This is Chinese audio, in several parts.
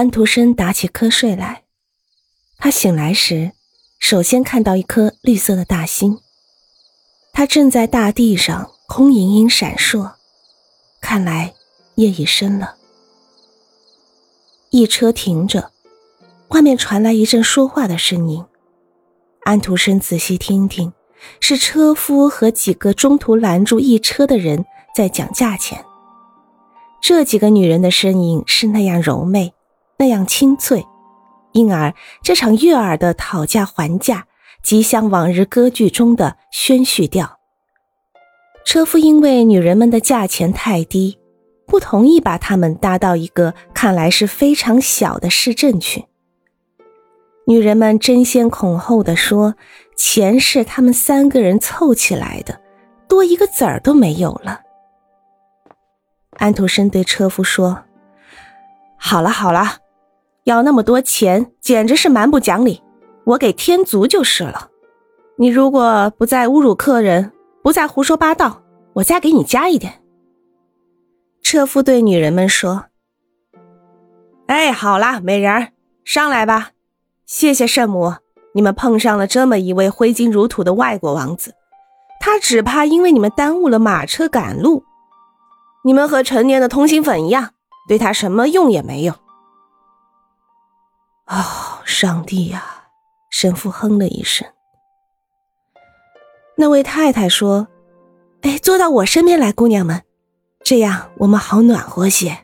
安徒生打起瞌睡来。他醒来时，首先看到一颗绿色的大星，它正在大地上空盈盈闪烁，看来夜已深了。驿车停着，外面传来一阵说话的声音。安徒生仔细听听，是车夫和几个中途拦住驿车的人在讲价钱。这几个女人的声音是那样柔媚，那样清脆，因而这场悦耳的讨价还价极像往日歌剧中的宣叙调。车夫因为女人们的价钱太低，不同意把她们搭到一个看来是非常小的市镇去。女人们争先恐后地说，钱是他们3个人凑起来的，多一个子儿都没有了。安徒生对车夫说，好了好了，要那么多钱简直是蛮不讲理，我给添足就是了。你如果不再侮辱客人，不再胡说八道，我再给你加一点。车夫对女人们说，哎，好啦，美人儿，上来吧，谢谢圣母，你们碰上了这么一位挥金如土的外国王子，他只怕因为你们耽误了马车赶路，你们和成年的通心粉一样，对他什么用也没有。哦，上帝呀，神父哼了一声。那位太太说，哎，坐到我身边来，姑娘们，这样我们好暖和些。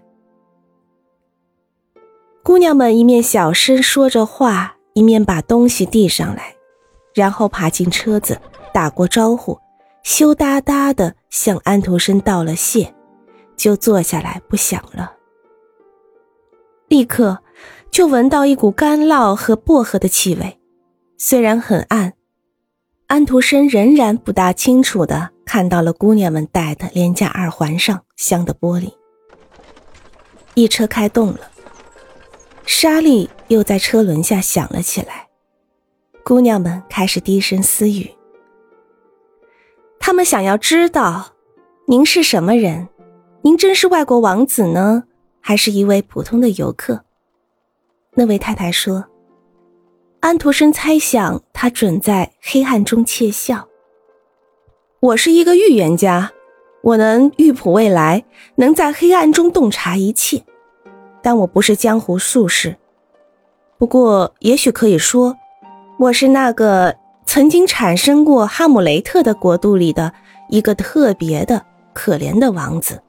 姑娘们一面小声说着话，一面把东西递上来，然后爬进车子，打过招呼，羞答答地向安徒生道了谢，就坐下来不想了。立刻就闻到一股干酪和薄荷的气味，虽然很暗，安徒生仍然不大清楚地看到了姑娘们戴的廉价耳环上镶的玻璃。一车开动了，沙粒又在车轮下响了起来，姑娘们开始低声私语。她们想要知道，您是什么人？您真是外国王子呢，还是一位普通的游客？那位太太说，安徒生猜想他准在黑暗中窃笑。我是一个预言家，我能预卜未来，能在黑暗中洞察一切，但我不是江湖术士。不过也许可以说，我是那个曾经产生过哈姆雷特的国度里的一个特别的可怜的王子。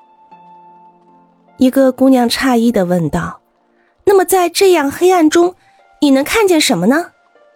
一个姑娘诧异地问道，那么在这样黑暗中，你能看见什么呢？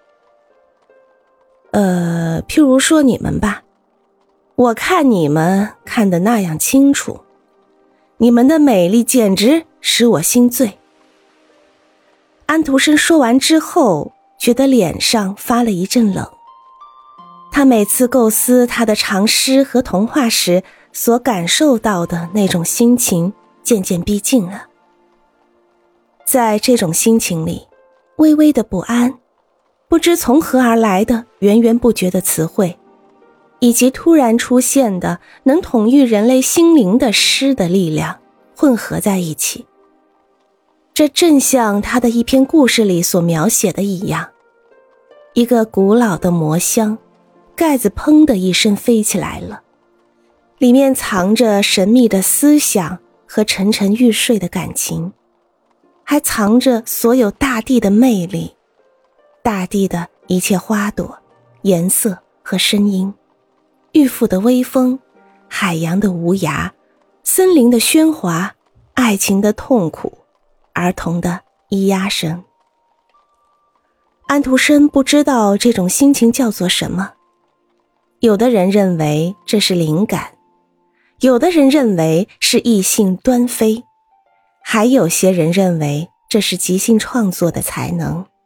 譬如说你们吧，我看你们看得那样清楚，你们的美丽简直使我心醉。安徒生说完之后，觉得脸上发了一阵冷。他每次构思他的长诗和童话时所感受到的那种心情渐渐逼近了。在这种心情里，微微的不安，不知从何而来的源源不绝的词汇，以及突然出现的能统御人类心灵的诗的力量混合在一起。这正像他的一篇故事里所描写的一样，一个古老的魔箱，盖子砰的一声飞起来了，里面藏着神秘的思想和沉沉欲睡的感情，还藏着所有大地的魅力，大地的一切花朵、颜色和声音，玉腹的微风，海洋的无涯，森林的喧哗，爱情的痛苦，儿童的咿呀声。安徒生不知道这种心情叫做什么，有的人认为这是灵感，有的人认为是异性端飞，还有些人认为这是即兴创作的才能。